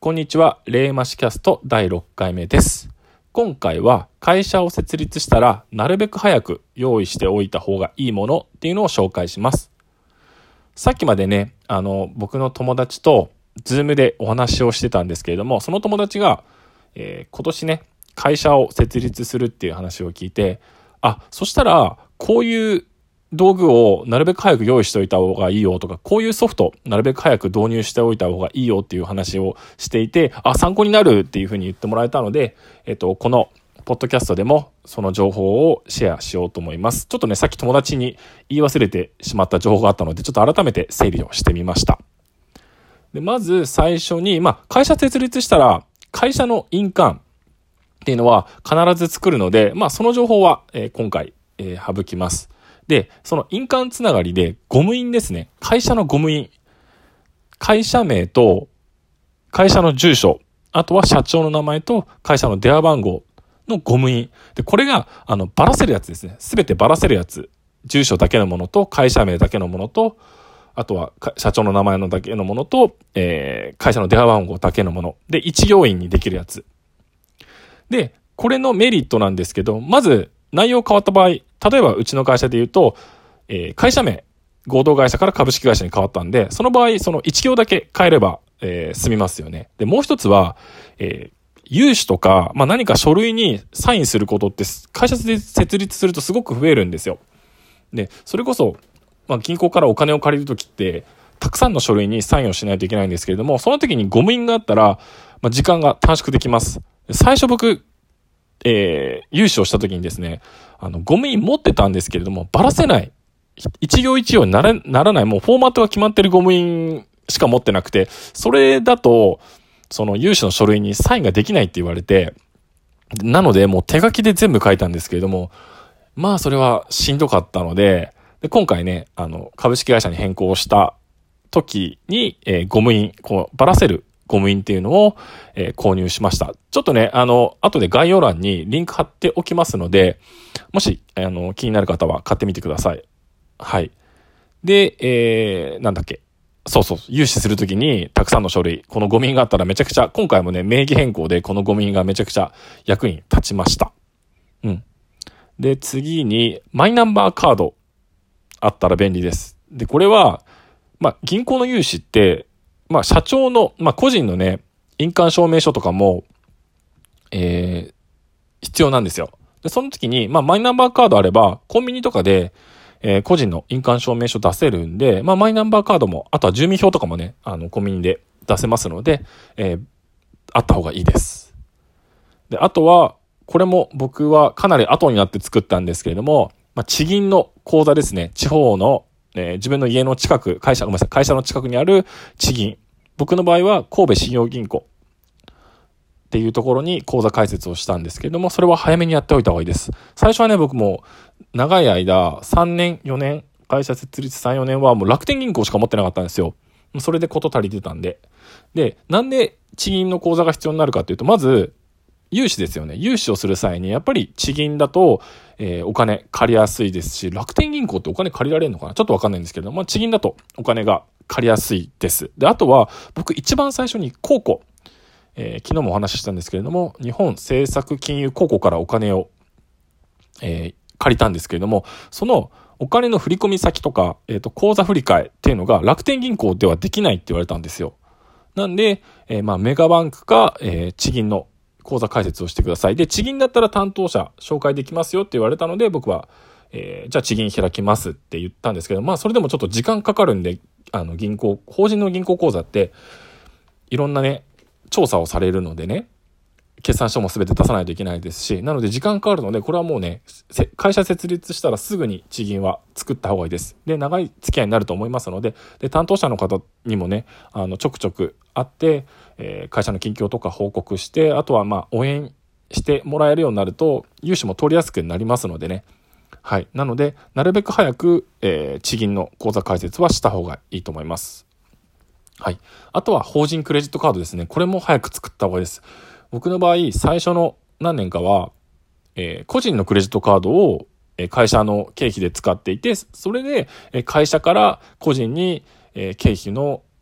こんにちは、レーマシキャスト第6回目です。今回は会社を設立したらなるべく早く用意しておいた方がいいものっていうのを紹介します。さっきまでね、僕の友達とズームでお話をしてたんですけれども、その友達が、今年ね、会社を設立するっていう話を聞いて、そしたらこういう道具をなるべく早く用意しておいた方がいいよとか、こういうソフトなるべく早く導入しておいた方がいいよっていう話をしていて、参考になるっていうふうに言ってもらえたので、このポッドキャストでもその情報をシェアしようと思います。ちょっとね、さっき友達に言い忘れてしまった情報があったので、ちょっと改めて整理をしてみました。で、まず最初に、会社設立したら会社の印鑑っていうのは必ず作るので、その情報は、今回、省きます。で、その印鑑つながりでゴム印ですね。会社のゴム印。会社名と会社の住所、あとは社長の名前と会社の電話番号のゴム印。で、これが、ばらせるやつですね。すべてばらせるやつ。住所だけのものと、会社名だけのものと、あとは社長の名前のだけのものと、会社の電話番号だけのもの。で、一行印にできるやつ。で、これのメリットなんですけど、まず内容変わった場合、例えばうちの会社で言うと、会社名、合同会社から株式会社に変わったんで、その場合、その一行だけ変えれば、済みますよね。で、もう一つは、融資とか、何か書類にサインすることって、会社で設立するとすごく増えるんですよ。で、それこそ、銀行からお金を借りるときって、たくさんの書類にサインをしないといけないんですけれども、その時にゴム印があったら、時間が短縮できます。最初僕、融資をした時にですね、ゴム印持ってたんですけれども、ばらせない。一行一行にならない、もうフォーマットが決まってるゴム印しか持ってなくて、それだと、その融資の書類にサインができないって言われて、なのでもう手書きで全部書いたんですけれども、それはしんどかったので、今回ね、株式会社に変更した時に、ゴム印、ばらせるゴム印っていうのを、購入しました。ちょっとね、後で概要欄にリンク貼っておきますので、もし、気になる方は買ってみてください。はい。で、融資するときにたくさんの書類、このゴム印があったらめちゃくちゃ、今回もね、名義変更でこのゴム印がめちゃくちゃ役に立ちました。で、次に、マイナンバーカードあったら便利です。で、これは、銀行の融資って、社長の、個人のね、印鑑証明書とかも、必要なんですよ。で、その時に、マイナンバーカードあれば、コンビニとかで、個人の印鑑証明書出せるんで、マイナンバーカードも、あとは住民票とかもね、コンビニで出せますので、あった方がいいです。で、あとは、これも僕はかなり後になって作ったんですけれども、地銀の口座ですね。地方の、自分の家の近く、会社の近くにある地銀。僕の場合は神戸信用銀行っていうところに口座開設をしたんですけれども、それは早めにやっておいた方がいいです。最初はね、僕も長い間、3年、4年、会社設立3、4年はもう楽天銀行しか持ってなかったんですよ。それで事足りてたんで。で、なんで地銀の口座が必要になるかというと、まず、融資ですよね。融資をする際に、やっぱり地銀だと、お金借りやすいですし、楽天銀行ってお金借りられるのかなちょっとわかんないんですけど、地銀だとお金が借りやすいです。で、あとは、僕一番最初に公庫、昨日もお話ししたんですけれども、日本政策金融公庫からお金を、借りたんですけれども、そのお金の振込先とか、口座振替っていうのが楽天銀行ではできないって言われたんですよ。なんで、メガバンクか、地銀の口座開設をしてください。で、地銀だったら担当者紹介できますよって言われたので、僕は、じゃあ地銀開きますって言ったんですけど、それでもちょっと時間かかるんで、法人の銀行口座って、いろんなね、調査をされるのでね、決算書も全て出さないといけないですし、なので時間かかるので、これはもうね、会社設立したらすぐに地銀は作った方がいいです。で、長い付き合いになると思いますので、担当者の方にもね、ちょくちょく会って、会社の近況とか報告して、あとは応援してもらえるようになると、融資も取りやすくなりますのでね。はい。なので、なるべく早く、地銀の口座開設はした方がいいと思います。はい。あとは法人クレジットカードですね。これも早く作った方がいいです。僕の場合、最初の何年かは、個人のクレジットカードを会社の経費で使っていて、それで会社から個人に経費の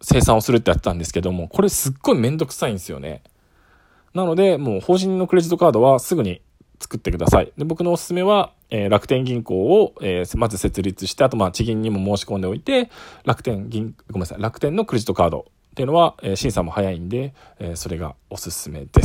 生産をするってやってたんですけども、これすっごいめんどくさいんですよね。なので、もう法人のクレジットカードはすぐに作ってください。で、僕のおすすめは、楽天銀行を、まず設立して、あと地銀にも申し込んでおいて、楽天のクレジットカードっていうのは、審査も早いんで、それがおすすめです。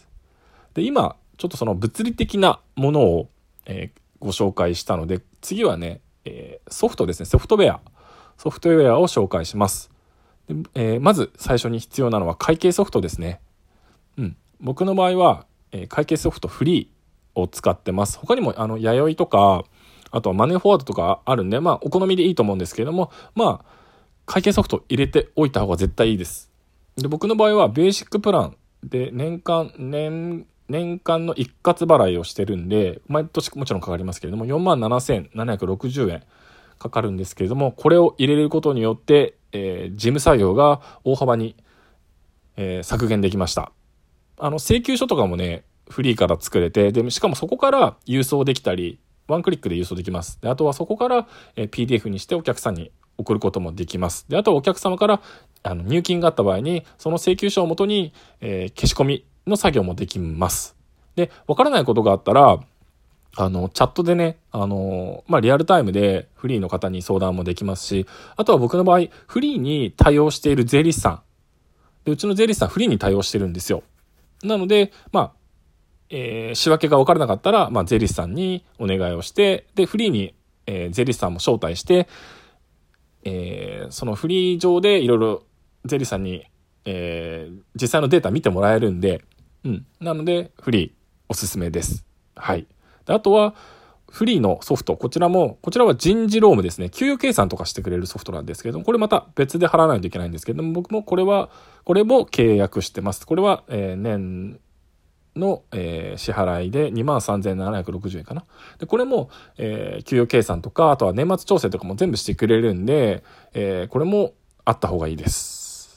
で、今ちょっとその物理的なものを、ご紹介したので、次はね、ソフトですね。ソフトウェアを紹介します。で、まず最初に必要なのは会計ソフトですね。僕の場合は、会計ソフトフリーを使ってます。他にも弥生とか、あとはマネーフォワードとかあるんで、お好みでいいと思うんですけれども、会計ソフト入れておいた方が絶対いいです。で、僕の場合はベーシックプランで年間の一括払いをしてるんで、毎年もちろんかかりますけれども、47,760円かかるんですけれども、これを入れることによって、事務作業が大幅に、削減できました。請求書とかもね、フリーから作れて、で、しかもそこから郵送できたり、ワンクリックで郵送できます。で、あとはそこから、PDF にしてお客さんに送ることもできます。で、あとはお客様から入金があった場合に、その請求書をもとに、消し込みの作業もできます。で、わからないことがあったら、チャットでね、リアルタイムでフリーの方に相談もできますし、あとは僕の場合、フリーに対応している税理士さん。で、うちの税理士さんフリーに対応してるんですよ。なので、仕分けが分からなかったら、税理士さんにお願いをして、で、フリーに、税理士さんも招待して、そのフリー上でいろいろ税理士さんに、実際のデータ見てもらえるんで、なので、フリーおすすめです。はい。で、あとは、フリーのソフト、こちらは人事労務ですね。給与計算とかしてくれるソフトなんですけども、これまた別で払わないといけないんですけども、僕もこれも契約してます。これは、年の、支払いで 23,760 円かな。で、これも、給与計算とか、あとは年末調整とかも全部してくれるんで、これもあった方がいいです。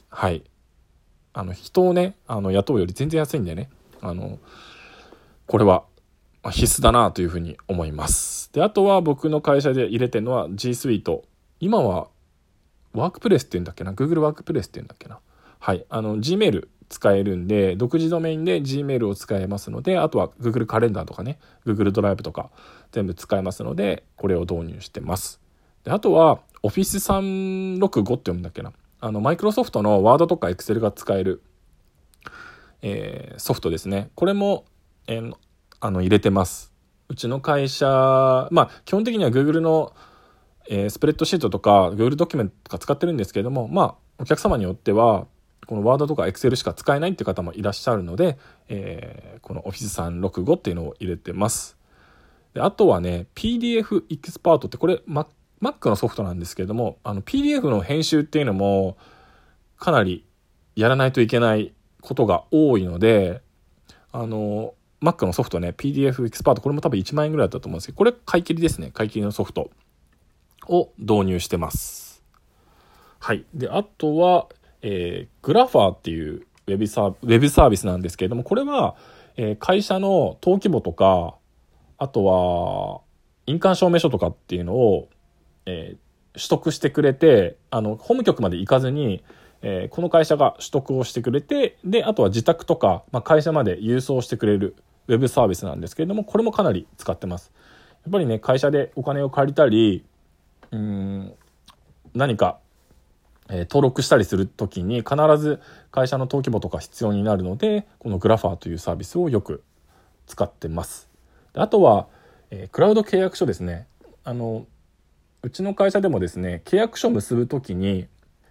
はい。人をね、雇うより全然安いんでね、これは必須だなというふうに思います。で、あとは僕の会社で入れてるのは G Suite。今はワークプレスっていうんだっけな、 Google ワークプレスっていうんだっけな。はい。Gmail 使えるんで、独自ドメインで Gmail を使えますので、あとは Google カレンダーとかね、Google ドライブとか全部使えますので、これを導入してます。で、あとは Office365 って読むんだっけな。マイクロソフトの Word とか Excel が使える、ソフトですね。これも、入れてます。うちの会社、基本的には Google の、スプレッドシートとか Google ドキュメントとか使ってるんですけれども、お客様によってはこの Word とか Excel しか使えないっていう方もいらっしゃるので、この Office365 っていうのを入れてます。で、あとはね、PDF エキスパートってこれ Mac のソフトなんですけれども、PDF の編集っていうのもかなりやらないといけないことが多いので、Mac のソフトね、PDF エキスパート、これも多分1万円ぐらいだったと思うんですけど、これ買い切りですね。買い切りのソフトを導入してます。はい。で、あとは、グラファーっていうウェブサービスなんですけれども、これは、会社の登記簿とか、あとは、印鑑証明書とかっていうのを、取得してくれて、法務局まで行かずに、この会社が取得をしてくれて、で、あとは自宅とか、会社まで郵送してくれるウェブサービスなんですけれども、これもかなり使ってます。やっぱりね、会社でお金を借りたり、何か、登録したりするときに必ず会社の登記簿とか必要になるので、このグラファーというサービスをよく使ってます。あとは、クラウド契約書ですね。うちの会社でもですね、契約書を結ぶときに、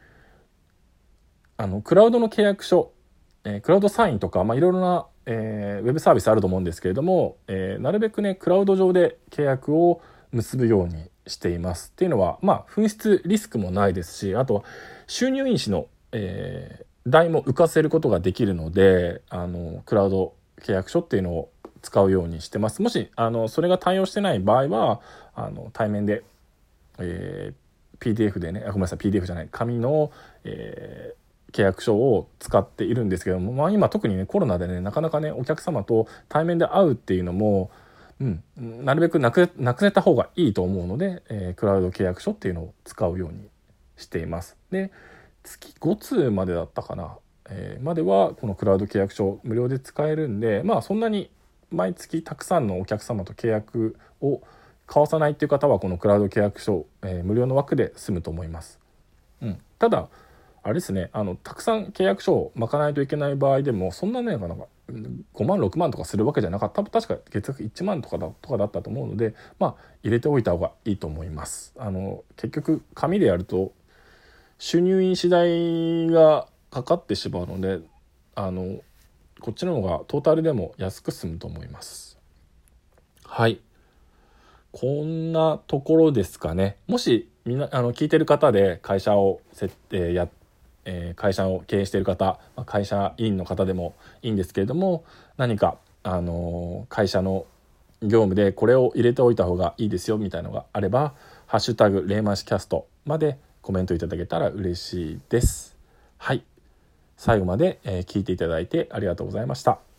クラウドの契約書、クラウドサインとか、いろいろな、ウェブサービスあると思うんですけれども、なるべくね、クラウド上で契約を結ぶようにしています。っていうのは、紛失リスクもないですし、あとは収入印紙の、代も浮かせることができるので、クラウド契約書っていうのを使うようにしてます。もしそれが対応してない場合は対面で、PDF でね、ごめんなさい、 PDF じゃない紙の、契約書を使っているんですけども、今特にね、コロナでね、なかなかね、お客様と対面で会うっていうのも、なるべくなくせた方がいいと思うので、クラウド契約書っていうのを使うようにしています。で、 月5通までだったかな、まではこのクラウド契約書無料で使えるんで、そんなに毎月たくさんのお客様と契約を交わさないっていう方はこのクラウド契約書、無料の枠で済むと思います。ただあれですね、たくさん契約書を巻かないといけない場合でもそんなね5万6万とかするわけじゃなかった。確か月額1万とかだったと思うので、入れておいた方がいいと思います。結局紙でやると収入印紙代がかかってしまうので、こっちの方がトータルでも安く済むと思います。はい、こんなところですかね。もしみんな聞いてる方で会社を会社を経営している方、会社員の方でもいいんですけれども、何か会社の業務でこれを入れておいた方がいいですよみたいなのがあれば、ハッシュタグレイマシキャストまでコメントいただけたら嬉しいです。はい、最後まで聞いていただいてありがとうございました。